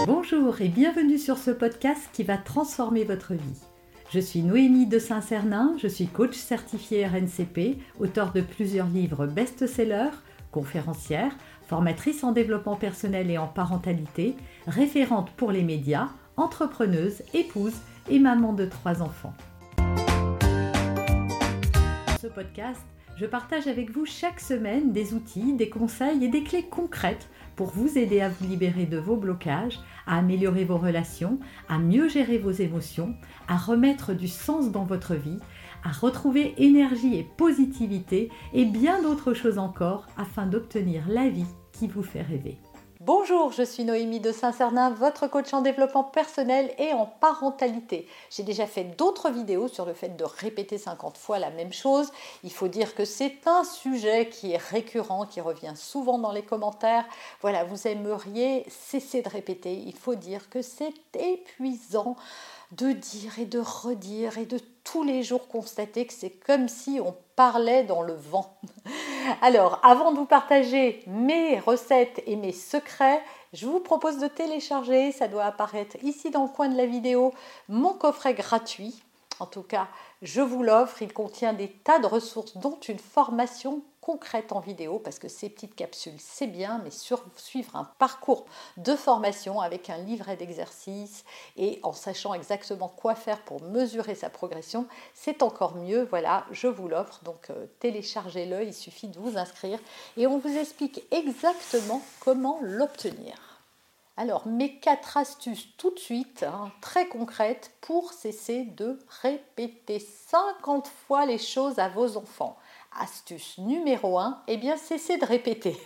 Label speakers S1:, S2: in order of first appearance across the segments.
S1: Bonjour et bienvenue sur ce podcast qui va transformer votre vie. Je suis Noémie de Saint-Cernin, je suis coach certifiée RNCP, auteure de plusieurs livres best-sellers, conférencière, formatrice en développement personnel et en parentalité, référente pour les médias, entrepreneuse, épouse et maman de 3 enfants. Dans ce podcast, je partage avec vous chaque semaine des outils, des conseils et des clés concrètes pour vous aider à vous libérer de vos blocages, à améliorer vos relations, à mieux gérer vos émotions, à remettre du sens dans votre vie, à retrouver énergie et positivité et bien d'autres choses encore afin d'obtenir la vie qui vous fait rêver. Bonjour, je suis Noémie de Saint-Cernin, votre coach en développement personnel et en parentalité. J'ai déjà fait d'autres vidéos sur le fait de répéter 50 fois la même chose. Il faut dire que c'est un sujet qui est récurrent, qui revient souvent dans les commentaires. Voilà, vous aimeriez cesser de répéter. Il faut dire que c'est épuisant de dire et de redire et de tous les jours constater que c'est comme si on parlait dans le vent. Alors, avant de vous partager mes recettes et mes secrets, je vous propose de télécharger, ça doit apparaître ici dans le coin de la vidéo, mon coffret gratuit. En tout cas, je vous l'offre, il contient des tas de ressources, dont une formation concrète en vidéo, parce que ces petites capsules, c'est bien, mais suivre un parcours de formation avec un livret d'exercices et en sachant exactement quoi faire pour mesurer sa progression, c'est encore mieux. Voilà, je vous l'offre, donc téléchargez-le, il suffit de vous inscrire et on vous explique exactement comment l'obtenir. Alors, mes 4 astuces tout de suite, très concrètes, pour cesser de répéter 50 fois les choses à vos enfants. Astuce numéro 1, cessez de répéter.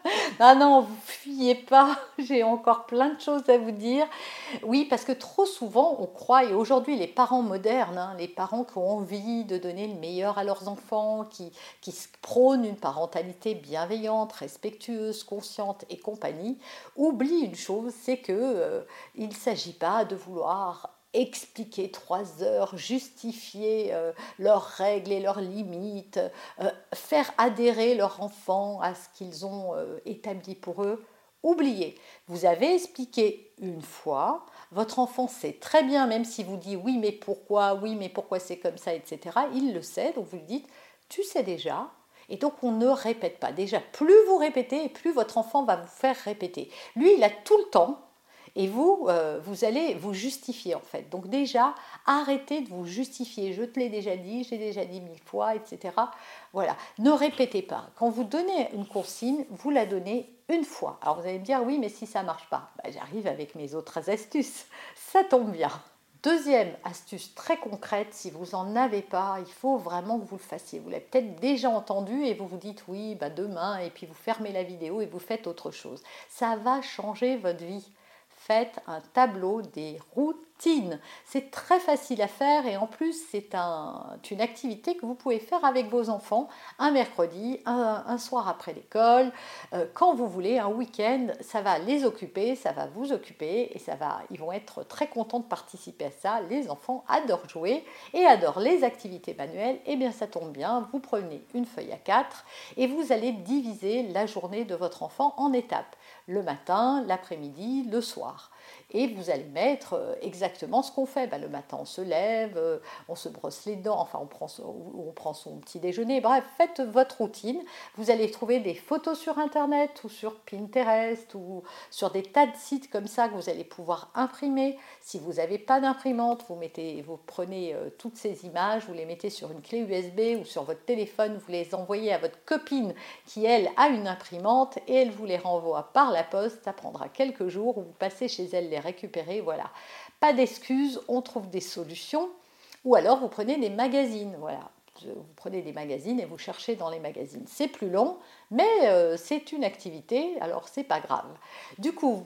S1: Non, vous fuyez pas, j'ai encore plein de choses à vous dire. Oui, parce que trop souvent, on croit, et aujourd'hui les parents modernes, les parents qui ont envie de donner le meilleur à leurs enfants, qui prônent une parentalité bienveillante, respectueuse, consciente et compagnie, oublient une chose, c'est que il ne s'agit pas de vouloir expliquer 3 heures, justifier leurs règles et leurs limites, faire adhérer leur enfant à ce qu'ils ont établi pour eux. Oubliez, vous avez expliqué une fois, votre enfant sait très bien, même si vous dites oui mais pourquoi c'est comme ça, etc. Il le sait, donc vous lui dites, tu sais déjà. Et donc on ne répète pas. Déjà, plus vous répétez, et plus votre enfant va vous faire répéter. Lui, il a tout le temps. Et vous allez vous justifier en fait. Donc déjà, arrêtez de vous justifier. Je te l'ai déjà dit, j'ai déjà dit 1000 fois, etc. Voilà, ne répétez pas. Quand vous donnez une consigne, vous la donnez une fois. Alors vous allez me dire, oui, mais si ça ne marche pas, j'arrive avec mes autres astuces. Ça tombe bien. Deuxième astuce très concrète, si vous n'en avez pas, il faut vraiment que vous le fassiez. Vous l'avez peut-être déjà entendu et vous vous dites oui, demain, et puis vous fermez la vidéo et vous faites autre chose. Ça va changer votre vie. Faites un tableau des routines. C'est très facile à faire et en plus c'est une activité que vous pouvez faire avec vos enfants un mercredi, un soir après l'école, quand vous voulez, un week-end. Ça va les occuper, ça va vous occuper et ils vont être très contents de participer à ça. Les enfants adorent jouer et adorent les activités manuelles. Et bien ça tombe bien, vous prenez une feuille A4 et vous allez diviser la journée de votre enfant en étapes. Le matin, l'après-midi, le soir. Et vous allez mettre exactement ce qu'on fait. Le matin, on se lève, on se brosse les dents, enfin on prend son petit déjeuner. Bref, faites votre routine. Vous allez trouver des photos sur Internet ou sur Pinterest ou sur des tas de sites comme ça que vous allez pouvoir imprimer. Si vous n'avez pas d'imprimante, vous prenez toutes ces images, vous les mettez sur une clé USB ou sur votre téléphone, vous les envoyez à votre copine qui, elle, a une imprimante et elle vous les renvoie par la poste. Ça prendra quelques jours, vous passez chez elle les récupérer, voilà. Pas d'excuses, on trouve des solutions. Ou alors vous prenez des magazines, voilà. Vous prenez des magazines et vous cherchez dans les magazines. C'est plus long, mais c'est une activité, alors c'est pas grave. Du coup,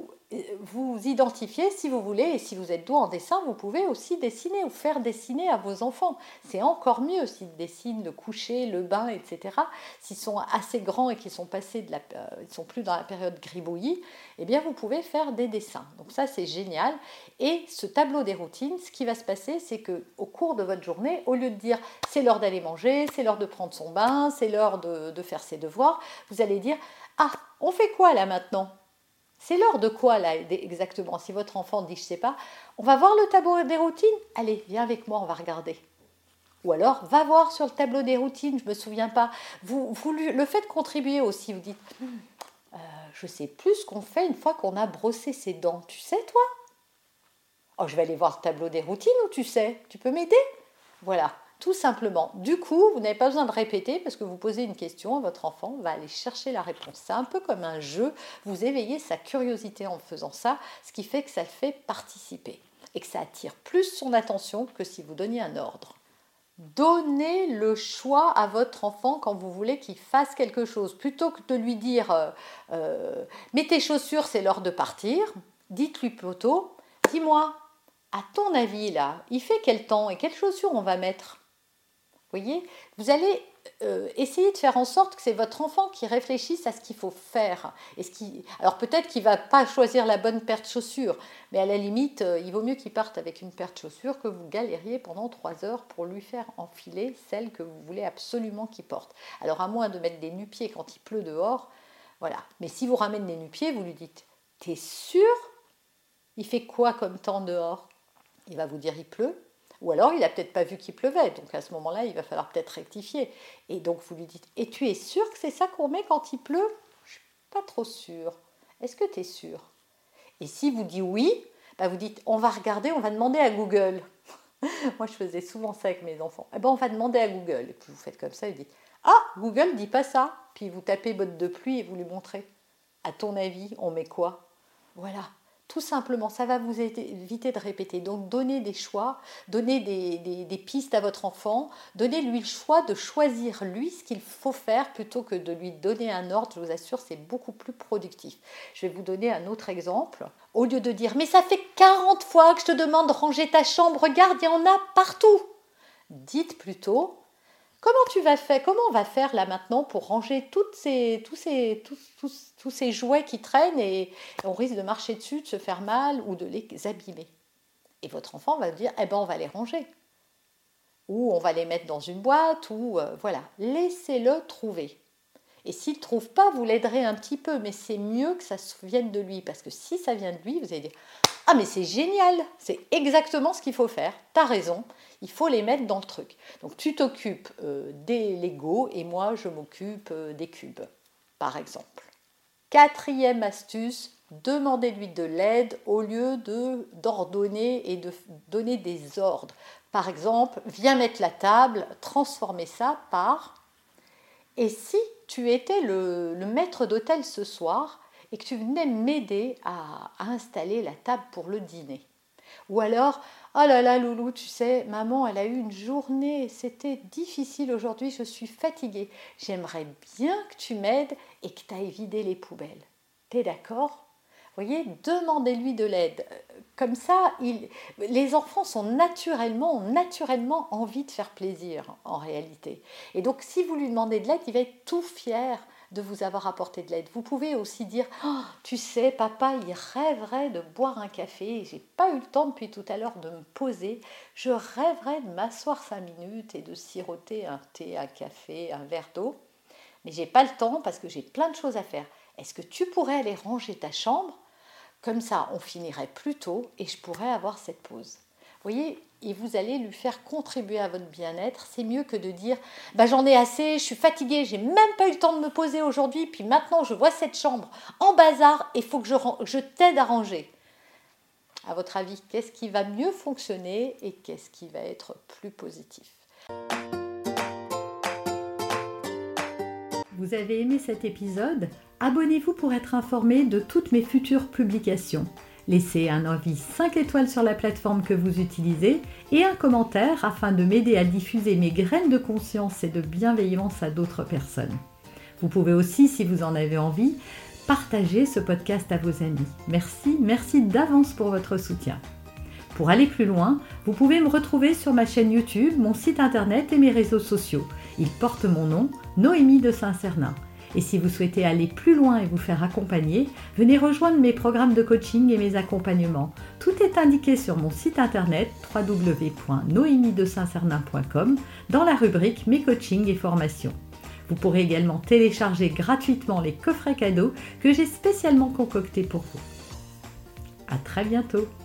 S1: vous identifiez si vous voulez, et si vous êtes doué en dessin, vous pouvez aussi dessiner ou faire dessiner à vos enfants. C'est encore mieux s'ils dessinent le coucher, le bain, etc. S'ils sont assez grands et qu'ils sont ils sont plus dans la période gribouillis, vous pouvez faire des dessins. Donc ça, c'est génial. Et ce tableau des routines, ce qui va se passer, c'est qu'au cours de votre journée, au lieu de dire c'est l'heure d'aller manger, c'est l'heure de prendre son bain, c'est l'heure de faire ses devoirs, vous allez dire ah, on fait quoi là maintenant ? C'est l'heure de quoi là exactement? Si votre enfant dit je ne sais pas, on va voir le tableau des routines? Allez, viens avec moi, on va regarder. Ou alors, va voir sur le tableau des routines, je ne me souviens pas. Vous le faites contribuer aussi, vous dites, je ne sais plus ce qu'on fait une fois qu'on a brossé ses dents. Tu sais, toi? Oh, je vais aller voir le tableau des routines ou tu sais? Tu peux m'aider? Voilà, tout simplement. Du coup, vous n'avez pas besoin de répéter parce que vous posez une question, votre enfant va aller chercher la réponse. C'est un peu comme un jeu, vous éveillez sa curiosité en faisant ça, ce qui fait que ça le fait participer et que ça attire plus son attention que si vous donniez un ordre. Donnez le choix à votre enfant quand vous voulez qu'il fasse quelque chose. Plutôt que de lui dire mets tes chaussures, c'est l'heure de partir, dites-lui plutôt, dis-moi, à ton avis là, il fait quel temps et quelles chaussures on va mettre? Vous voyez, vous allez essayer de faire en sorte que c'est votre enfant qui réfléchisse à ce qu'il faut faire. Alors peut-être qu'il ne va pas choisir la bonne paire de chaussures, mais à la limite, il vaut mieux qu'il parte avec une paire de chaussures que vous galériez pendant 3 heures pour lui faire enfiler celle que vous voulez absolument qu'il porte. Alors à moins de mettre des nu-pieds quand il pleut dehors, voilà. Mais si vous ramène des nu-pieds, vous lui dites « T'es sûr? Il fait quoi comme temps dehors ?» Il va vous dire « Il pleut ». Ou alors, il n'a peut-être pas vu qu'il pleuvait, donc à ce moment-là, il va falloir peut-être rectifier. Et donc, vous lui dites, et tu es sûr que c'est ça qu'on met quand il pleut? Je ne suis pas trop sûre. Est-ce que tu es sûre? Et si vous dites oui, vous dites, on va regarder, on va demander à Google. Moi, je faisais souvent ça avec mes enfants. On va demander à Google. Et puis, vous faites comme ça, vous dites, ah, Google ne dit pas ça. Puis, vous tapez bottes de pluie et vous lui montrez. À ton avis, on met quoi? Voilà. Tout simplement, ça va vous éviter de répéter. Donc, donnez des choix, donnez des pistes à votre enfant, donnez-lui le choix de choisir lui ce qu'il faut faire plutôt que de lui donner un ordre. Je vous assure, c'est beaucoup plus productif. Je vais vous donner un autre exemple. Au lieu de dire « Mais ça fait 40 fois que je te demande de ranger ta chambre, regarde, il y en a partout !» Dites plutôt « Comment on va faire là maintenant pour ranger tous ces jouets qui traînent et on risque de marcher dessus, de se faire mal ou de les abîmer ?» Et votre enfant va dire « on va les ranger. » Ou on va les mettre dans une boîte, ou voilà. Laissez-le trouver. Et s'il ne trouve pas, vous l'aiderez un petit peu, mais c'est mieux que ça vienne de lui. Parce que si ça vient de lui, vous allez dire « Ah mais c'est génial, c'est exactement ce qu'il faut faire, t'as raison, il faut les mettre dans le truc. » Donc tu t'occupes des Legos et moi je m'occupe des cubes, par exemple. 4e astuce, demandez-lui de l'aide au lieu d'ordonner et de donner des ordres. Par exemple, viens mettre la table, transformez ça par « Et si tu étais le maître d'hôtel ce soir et que tu venais m'aider à installer la table pour le dîner ?» Ou alors « Oh là là Loulou, tu sais, maman elle a eu une journée, c'était difficile aujourd'hui, je suis fatiguée. J'aimerais bien que tu m'aides et que tu ailles vider les poubelles. T'es d'accord ?» Vous voyez, demandez-lui de l'aide. Comme ça, les enfants ont naturellement envie de faire plaisir, en réalité. Et donc, si vous lui demandez de l'aide, il va être tout fier de vous avoir apporté de l'aide. Vous pouvez aussi dire oh, « Tu sais, papa, il rêverait de boire un café. J'ai pas eu le temps depuis tout à l'heure de me poser. Je rêverais de m'asseoir 5 minutes et de siroter un thé, un café, un verre d'eau. Mais j'ai pas le temps parce que j'ai plein de choses à faire. Est-ce que tu pourrais aller ranger ta chambre ? Comme ça, on finirait plus tôt et je pourrais avoir cette pause. » Vous voyez, et vous allez lui faire contribuer à votre bien-être. C'est mieux que de dire j'en ai assez, je suis fatiguée, j'ai même pas eu le temps de me poser aujourd'hui, puis maintenant je vois cette chambre en bazar et il faut que je t'aide à ranger. À votre avis, qu'est-ce qui va mieux fonctionner et qu'est-ce qui va être plus positif ?
S2: Vous avez aimé cet épisode ? Abonnez-vous pour être informé de toutes mes futures publications. Laissez un avis 5 étoiles sur la plateforme que vous utilisez et un commentaire afin de m'aider à diffuser mes graines de conscience et de bienveillance à d'autres personnes. Vous pouvez aussi, si vous en avez envie, partager ce podcast à vos amis. Merci d'avance pour votre soutien. Pour aller plus loin, vous pouvez me retrouver sur ma chaîne YouTube, mon site internet et mes réseaux sociaux. Ils portent mon nom, Noémie de Saint-Cernin. Et si vous souhaitez aller plus loin et vous faire accompagner, venez rejoindre mes programmes de coaching et mes accompagnements. Tout est indiqué sur mon site internet www.noemidesaintcernin.com dans la rubrique Mes coachings et formations.
S1: Vous pourrez également télécharger gratuitement les coffrets cadeaux que j'ai spécialement concoctés pour vous. À très bientôt!